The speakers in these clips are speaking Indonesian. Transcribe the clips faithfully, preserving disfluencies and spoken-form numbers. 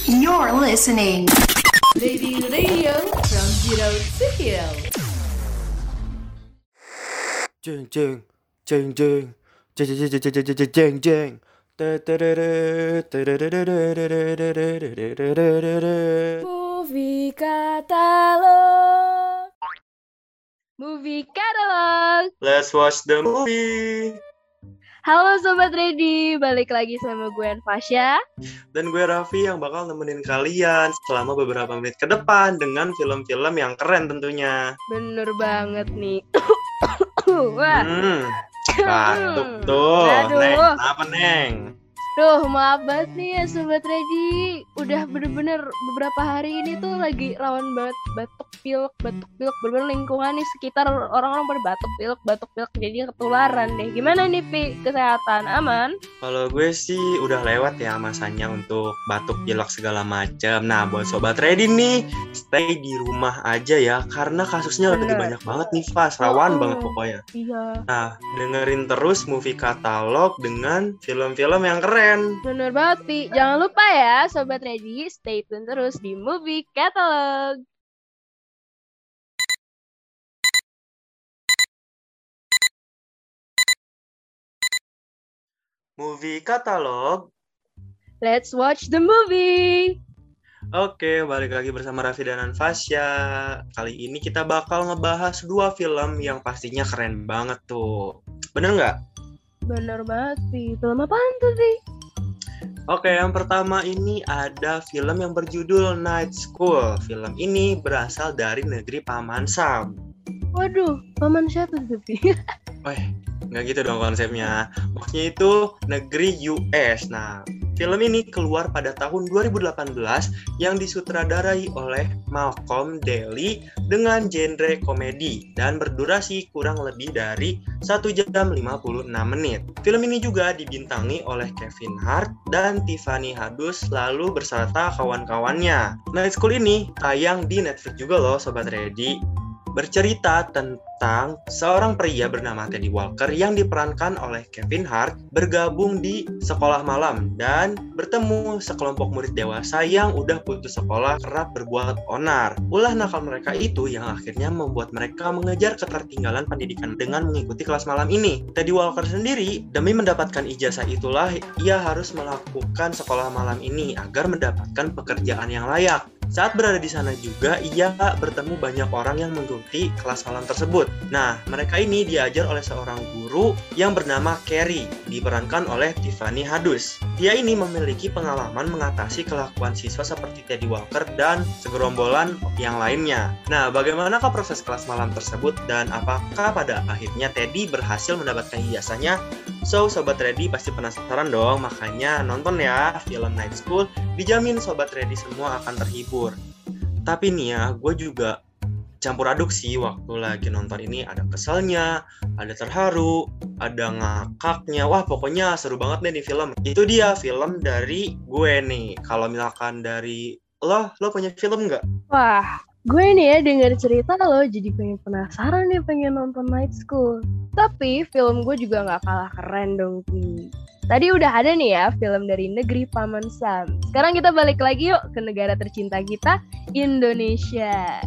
You're listening. Lady Radio from Zero to Hero. Jeng jeng jeng jeng jeng jeng jeng jeng jeng jeng jeng. Movie Catalog. Movie Catalog. Let's watch the movie. Halo Sobat Ready, balik lagi sama gue Fasya. Dan gue Raffi yang bakal nemenin kalian selama beberapa menit ke depan dengan film-film yang keren tentunya. Bener banget nih. Wah. Hmm, batuk tuh. Aduh. Neng, apa Neng? Duh, maaf banget nih ya Sobat Ready. Udah bener-bener beberapa hari ini tuh lagi rawan banget batuk pilek, batuk pilek. Bener-bener lingkungan nih sekitar orang-orang pada batuk pilek, batuk pilek. Jadi ketularan deh. Gimana nih Pi, kesehatan aman? Kalau gue sih udah lewat ya masanya untuk batuk pilek segala macam. Nah, buat Sobat Ready nih, stay di rumah aja ya. Karena kasusnya Bener. lebih banyak banget nih, Fas. Rawan Oh, banget pokoknya. Iya. Nah, dengerin terus movie katalog dengan film-film yang keren. Bener banget, Pi. Jangan lupa ya, Sobat Ready, stay tune terus di Movie Catalog. Movie katalog. Let's watch the movie. Oke, balik lagi bersama Raffi dan Anfasya. Kali ini kita bakal ngebahas dua film yang pastinya keren banget tuh. Bener nggak? Bener banget, Pi. Film apaan tuh, Pi? Oke, yang pertama ini ada film yang berjudul Night School. Film ini berasal dari negeri Paman Sam. Waduh, paman siapa tuh, Pi? Weh, nggak gitu dong konsepnya. Maksudnya itu negeri U S. Nah, film ini keluar pada tahun dua ribu delapan belas yang disutradarai oleh Malcolm Daly dengan genre komedi dan berdurasi kurang lebih dari satu jam lima puluh enam menit. Film ini juga dibintangi oleh Kevin Hart dan Tiffany Haddish lalu berserta kawan-kawannya. Night School ini tayang di Netflix juga loh Sobat Ready. Bercerita tentang seorang pria bernama Teddy Walker yang diperankan oleh Kevin Hart bergabung di sekolah malam dan bertemu sekelompok murid dewasa yang udah putus sekolah kerap berbuat onar. Ulah nakal mereka itu yang akhirnya membuat mereka mengejar ketertinggalan pendidikan dengan mengikuti kelas malam ini. Teddy Walker sendiri demi mendapatkan ijazah itulah ia harus melakukan sekolah malam ini agar mendapatkan pekerjaan yang layak. Saat berada di sana juga, ia bertemu banyak orang yang mengikuti kelas malam tersebut. Nah, mereka ini diajar oleh seorang guru yang bernama Carrie, diperankan oleh Tiffany Haddish. Dia ini memiliki pengalaman mengatasi kelakuan siswa seperti Teddy Walker dan segerombolan yang lainnya. Nah, bagaimanakah proses kelas malam tersebut dan apakah pada akhirnya Teddy berhasil mendapatkan ijazahnya? So, Sobat Ready pasti penasaran dong, makanya nonton ya film Night School, dijamin Sobat Ready semua akan terhibur. Tapi nih ya, gue juga campur aduk sih waktu lagi nonton ini. Ada keselnya, ada terharu, ada ngakaknya. Wah, pokoknya seru banget nih di film. Itu dia film dari gue nih. Kalau misalkan dari lo, lo punya film nggak? Wah, gue nih ya denger cerita lo jadi pengen penasaran nih pengen nonton Night School. Tapi film gue juga gak kalah keren dong, Pi. Tadi udah ada nih ya film dari negeri Paman Sam. Sekarang kita balik lagi yuk ke negara tercinta kita, Indonesia.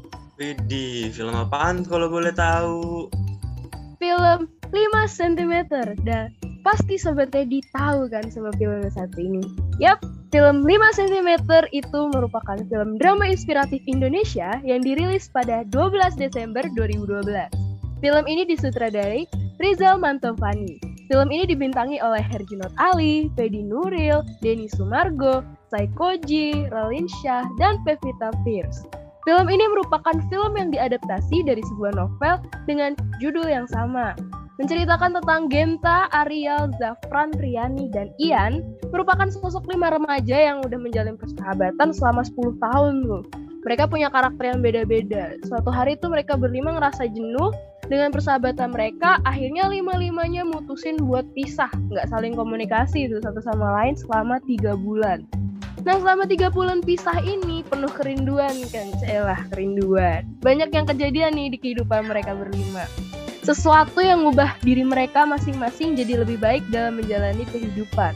Widih, film apaan kalau boleh tahu? Film lima sentimeter. Dan pasti Sobat Ready tahu kan sama film satu ini. Yap, film lima sentimeter itu merupakan film drama inspiratif Indonesia yang dirilis pada dua belas Desember dua ribu dua belas. Film ini disutradarai Rizal Mantovani. Film ini dibintangi oleh Herjunot Ali, Fedi Nuril, Denny Sumargo, Saikoji, Raline Shah, dan Pevita Pierce. Film ini merupakan film yang diadaptasi dari sebuah novel dengan judul yang sama. Menceritakan tentang Genta, Ariel, Zafran, Riani, dan Ian merupakan sosok lima remaja yang udah menjalin persahabatan selama sepuluh tahun loh. Mereka punya karakter yang beda-beda. Suatu hari itu mereka berlima ngerasa jenuh dengan persahabatan mereka, akhirnya lima-limanya mutusin buat pisah, nggak saling komunikasi itu satu sama lain selama tiga bulan. Nah, selama tiga bulan pisah ini penuh kerinduan kan, celah kerinduan. Banyak yang kejadian nih di kehidupan mereka berlima. Sesuatu yang ngubah diri mereka masing-masing jadi lebih baik dalam menjalani kehidupan.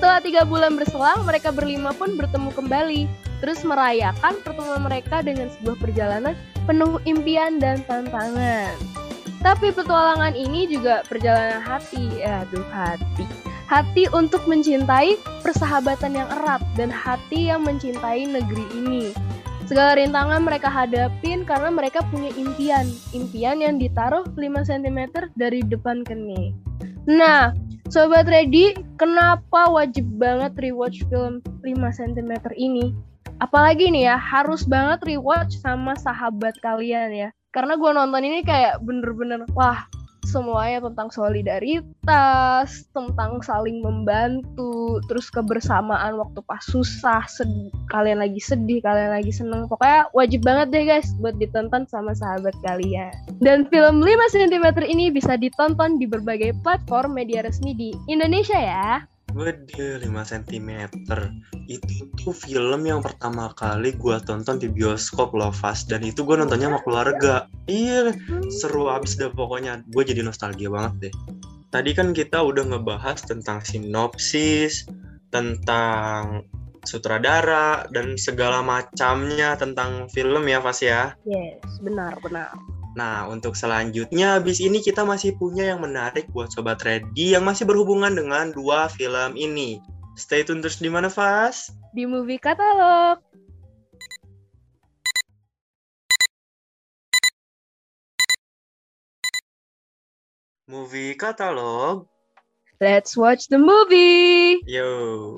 Setelah tiga bulan berselang, mereka berlima pun bertemu kembali, terus merayakan pertemuan mereka dengan sebuah perjalanan penuh impian dan tantangan. Tapi petualangan ini juga perjalanan hati, aduh hati. Hati untuk mencintai persahabatan yang erat dan hati yang mencintai negeri ini. Segala rintangan mereka hadapin karena mereka punya impian. Impian yang ditaruh lima sentimeter dari depan kening. Nah, Sobat Ready, kenapa wajib banget rewatch film lima sentimeter ini? Apalagi nih ya, harus banget rewatch sama sahabat kalian ya. Karena gue nonton ini kayak bener-bener, wah, semuanya tentang solidaritas, tentang saling membantu, terus kebersamaan waktu pas susah, sedih, kalian lagi sedih, kalian lagi seneng. Pokoknya wajib banget deh guys buat ditonton sama sahabat kalian. Dan film lima sentimeter ini bisa ditonton di berbagai platform media resmi di Indonesia ya. Waduh, lima sentimeter. Itu tuh film yang pertama kali gue tonton di bioskop loh, Fas. Dan itu gue nontonnya sama keluarga. Iya, seru abis deh pokoknya. Gue jadi nostalgia banget deh. Tadi kan kita udah ngebahas tentang sinopsis, tentang sutradara, dan segala macamnya tentang film ya, Fas ya? Yes, benar-benar. Nah, untuk selanjutnya, abis ini kita masih punya yang menarik buat Sobat Ready yang masih berhubungan dengan dua film ini. Stay tune terus di mana, Fas? Di Movie Katalog. Movie Katalog. Let's watch the movie. Yo.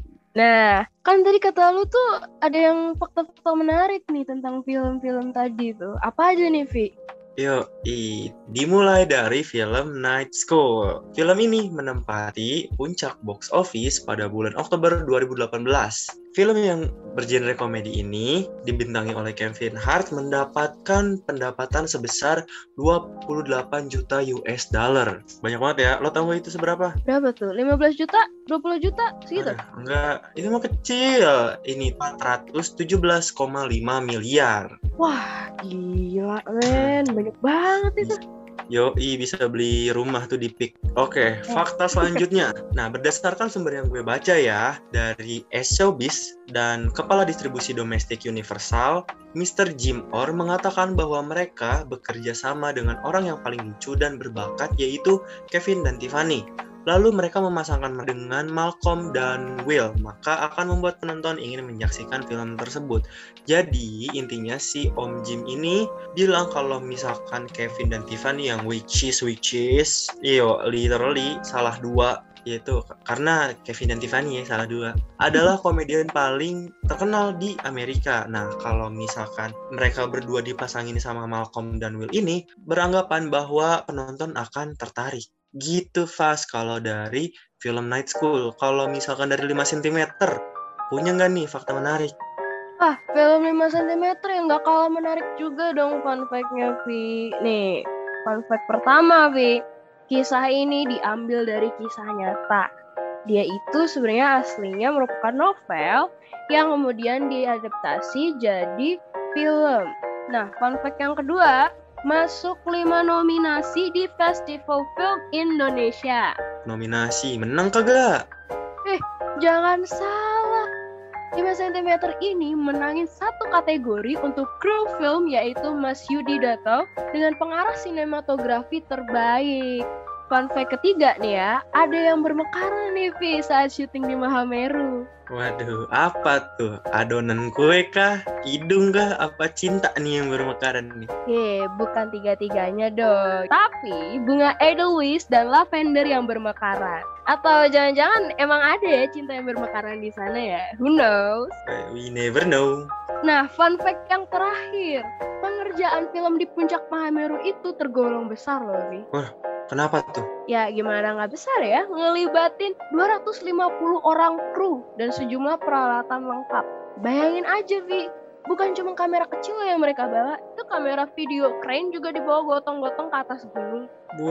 Nah, kan tadi kata lu tuh ada yang fakta-fakta menarik nih tentang film-film tadi tuh. Apa aja nih, Vi? Yo, i, dimulai dari film Night School. Film ini menempati puncak box office pada bulan Oktober dua ribu delapan belas. Film yang bergenre komedi ini dibintangi oleh Kevin Hart mendapatkan pendapatan sebesar dua puluh delapan juta U S dollar. Banyak banget ya. Lo tahu itu seberapa? Berapa tuh? lima belas juta? dua puluh juta? Segitu? Aduh, enggak, itu mah kecil. Ini empat ratus tujuh belas koma lima miliar. Wah, gila, men. Banyak banget itu. Yoi, bisa beli rumah tuh di Pik. Oke, fakta selanjutnya. Nah, berdasarkan sumber yang gue baca ya, dari Showbiz dan Kepala Distribusi Domestik Universal, mister Jim Orr mengatakan bahwa mereka bekerja sama dengan orang yang paling lucu dan berbakat, yaitu Kevin dan Tiffany. Lalu mereka memasangkan dengan Malcolm dan Will, maka akan membuat penonton ingin menyaksikan film tersebut. Jadi intinya si Om Jim ini bilang kalau misalkan Kevin dan Tiffany yang which is which is, iyo literally salah dua, yaitu karena Kevin dan Tiffany ya salah dua, adalah komedian paling terkenal di Amerika. Nah, kalau misalkan mereka berdua dipasangin sama Malcolm dan Will ini, beranggapan bahwa penonton akan tertarik. Gitu, Fas, kalau dari film Night School. Kalau misalkan dari lima sentimeter, punya nggak nih fakta menarik? Ah, film lima sentimeter yang nggak kalah menarik juga dong fun fact-nya, Vi. Nih, fun fact pertama, Vi. Kisah ini diambil dari kisah nyata. Dia itu sebenarnya aslinya merupakan novel yang kemudian diadaptasi jadi film. Nah, fun fact yang kedua, masuk lima nominasi di Festival Film Indonesia. Nominasi, menang kagak? Eh, jangan salah. lima sentimeter ini menangin satu kategori untuk kru film, yaitu Mas Yudi Dato dengan pengarah sinematografi terbaik. Fun fact ketiga nih ya, ada yang bermekaran nih Vi saat syuting di Mahameru. Waduh, apa tuh? Adonan kue kah? Hidung kah? Apa cinta nih yang bermekaran nih? Ye, bukan tiga-tiganya dong. Tapi bunga Edelweiss dan lavender yang bermekaran. Atau jangan-jangan emang ada ya cinta yang bermekaran di sana ya? Who knows? We never know. Nah, fun fact yang terakhir, pengerjaan film di puncak Mahameru itu tergolong besar loh, Vi. Wah, kenapa tuh? Ya gimana nggak besar ya, ngelibatin dua ratus lima puluh orang kru dan sejumlah peralatan lengkap. Bayangin aja, Vi, bukan cuma kamera kecil yang mereka bawa, itu kamera video crane juga dibawa gotong-gotong ke atas gunung.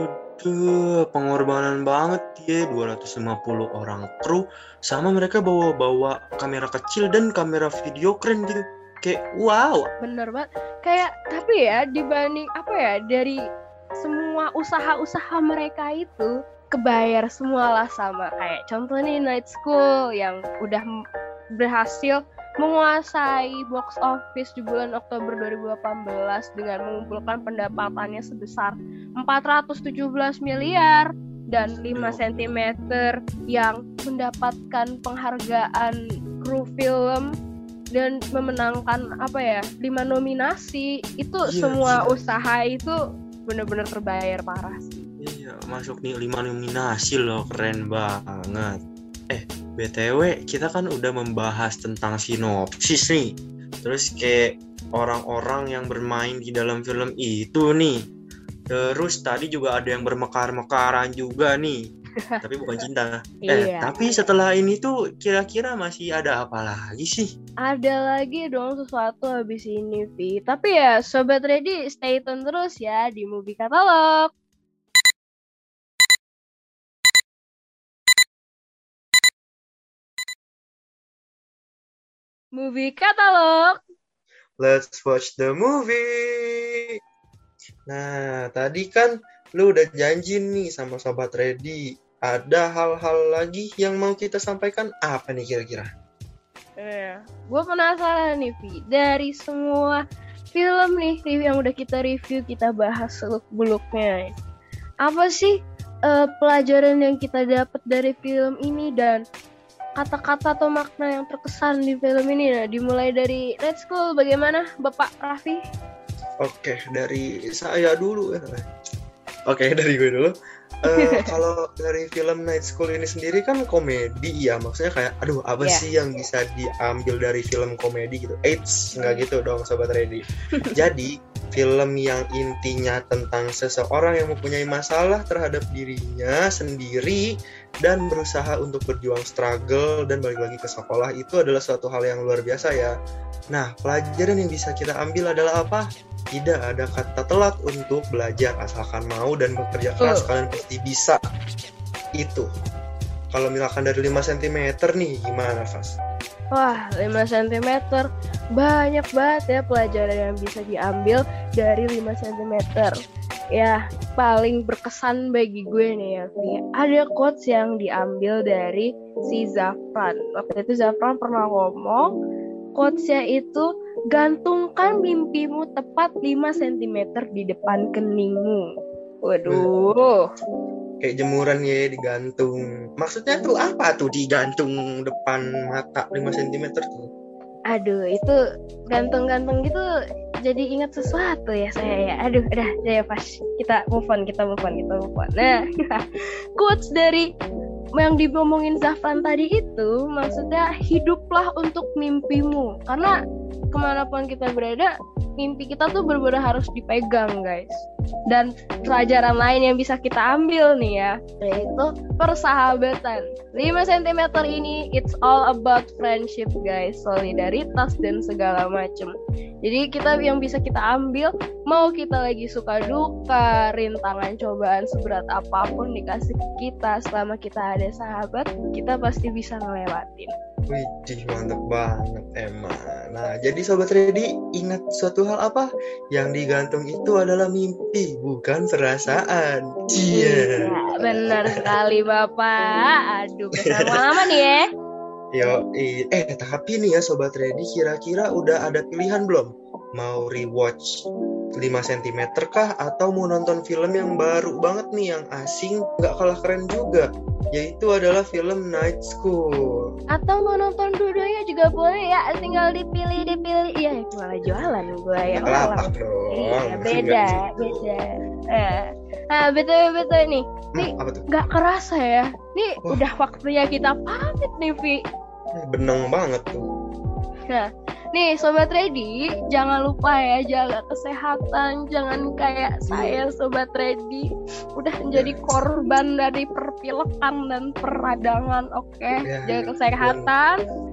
Waduh, pengorbanan banget ya, dua ratus lima puluh orang kru, sama mereka bawa-bawa kamera kecil dan kamera video crane gitu. Kayak wow. Bener banget. Kayak, tapi ya dibanding apa ya, dari semua usaha-usaha mereka itu, kebayar semua lah sama kayak contoh nih Night School yang udah m- berhasil menguasai box office di bulan Oktober dua ribu delapan belas dengan mengumpulkan pendapatannya sebesar empat ratus tujuh belas miliar, dan lima sentimeter yang mendapatkan penghargaan kru film dan memenangkan apa ya lima nominasi. Itu Iya, semua gila. usaha itu benar-benar terbayar parah sih. Iya, masuk nih lima nominasi loh, keren banget. Eh, B T W kita kan udah membahas tentang sinopsis nih. Terus kayak orang-orang yang bermain di dalam film itu nih. Terus tadi juga ada yang bermekar-mekaran juga nih. Tapi bukan cinta. Eh, Iya. tapi setelah ini tuh kira-kira masih ada apa lagi sih? Ada lagi dong sesuatu habis ini, Vi. Tapi ya, Sobat Ready, stay tune terus ya di Movie Katalog. Movie Katalog. Let's watch the movie. Nah, tadi kan lu udah janji nih sama Sobat Ready. Ada hal-hal lagi yang mau kita sampaikan, apa nih kira-kira? Eh, gue penasaran nih, Vi. Dari semua film nih review yang udah kita review, kita bahas seluk-beluknya. Apa sih eh, pelajaran yang kita dapat dari film ini dan kata-kata atau makna yang terkesan di film ini? Nah, dimulai dari Night School, bagaimana Bapak Raffi? Oke, dari saya dulu ya. Oke, dari gue dulu. Eh, kalau dari film Night School ini sendiri kan komedi ya, maksudnya kayak aduh apa Yeah. sih yang bisa diambil dari film komedi gitu. Eits, nggak gitu dong Sobat Ready. Jadi film yang intinya tentang seseorang yang mempunyai masalah terhadap dirinya sendiri dan berusaha untuk berjuang struggle dan balik lagi ke sekolah, itu adalah suatu hal yang luar biasa ya. Nah, pelajaran yang bisa kita ambil adalah apa? Tidak ada kata telat untuk belajar, asalkan mau dan bekerja keras, Oh. kalian pasti bisa. Itu. Kalau misalkan dari lima sentimeter nih, gimana, Fas? Wah, lima sentimeter. Banyak banget ya pelajaran yang bisa diambil dari lima sentimeter. Ya, paling berkesan bagi gue nih ya, Vi. Ada quotes yang diambil dari si Zafran. Waktu itu Zafran pernah ngomong, quotes-nya itu, gantungkan mimpimu tepat lima sentimeter di depan keningmu. Waduh. Kayak jemuran ya digantung. Maksudnya tuh apa tuh digantung depan mata lima sentimeter tuh? Aduh, itu gantung-gantung gitu jadi ingat sesuatu ya saya ya. Aduh, udah, ya pas kita move on, kita move on, kita move on. Nah, quotes dari yang diomongin Zafran tadi itu maksudnya hiduplah untuk mimpimu. Karena kemanapun kita berada, mimpi kita tuh benar-benar harus dipegang, guys. Dan pelajaran lain yang bisa kita ambil nih ya, yaitu persahabatan. lima sentimeter ini it's all about friendship, guys, solidaritas dan segala macam. Jadi kita yang bisa kita ambil, mau kita lagi suka duka, rintangan cobaan seberat apapun dikasih ke kita, selama kita ada sahabat, kita pasti bisa ngelewatin. Wih, mantep banget emang. Nah, jadi Sobat Ready, ingat suatu hal apa? Yang digantung itu adalah mimpi, bukan perasaan. Iya. Iya, benar sekali Bapak. Aduh, bersama-sama nih ya. Yo, i- eh tapi nih ya Sobat Ready, kira-kira udah ada pilihan belum? Mau rewatch lima sentimeter kah? Atau mau nonton film yang baru banget nih, yang asing, nggak kalah keren juga? Yaitu adalah film Night School. Atau mau nonton dua-duanya juga boleh ya, tinggal dipilih-dipilih. Iya, malah jualan gue ya. Nggak lapak dong. Iya, beda, Nggak gitu. beda. Nah, nah betul-betul nih. Nih, Hmm, apa tuh? nggak kerasa ya. Nih, Wah. udah waktunya kita pamit nih, Vi. Beneng banget tuh. Nah, nih Sobat Ready, jangan lupa ya jaga kesehatan, jangan kayak saya Sobat Ready udah menjadi korban dari perpilekan dan peradangan, oke? Ya, Jaga kesehatan,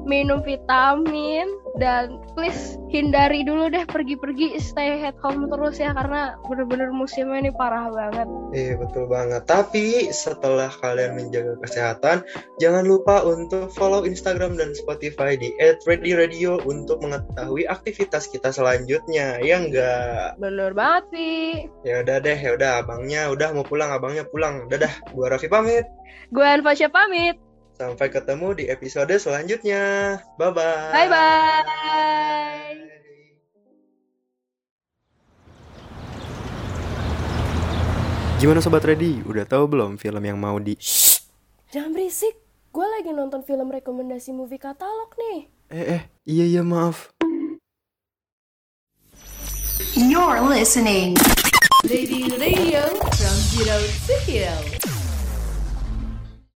minum vitamin, dan please hindari dulu deh pergi-pergi, stay at home terus ya, karena bener-bener musimnya ini parah banget. Iya betul banget. Tapi setelah kalian menjaga kesehatan, jangan lupa untuk follow Instagram dan Spotify di et ready radio untuk mengetahui aktivitas kita selanjutnya. Ya enggak? Bener banget sih. Ya udah deh, ya udah abangnya udah mau pulang, abangnya pulang. Dadah, gua Raffi pamit. Gue Anfasya pamit. Sampai ketemu di episode selanjutnya. Bye bye. Bye bye. Gimana Sobat Ready? Udah tahu belum film yang mau di... Shh, jangan berisik. Gue lagi nonton film rekomendasi movie katalog nih. Eh, eh, iya, iya, maaf. You're listening Ready Radio from Zero to Hero.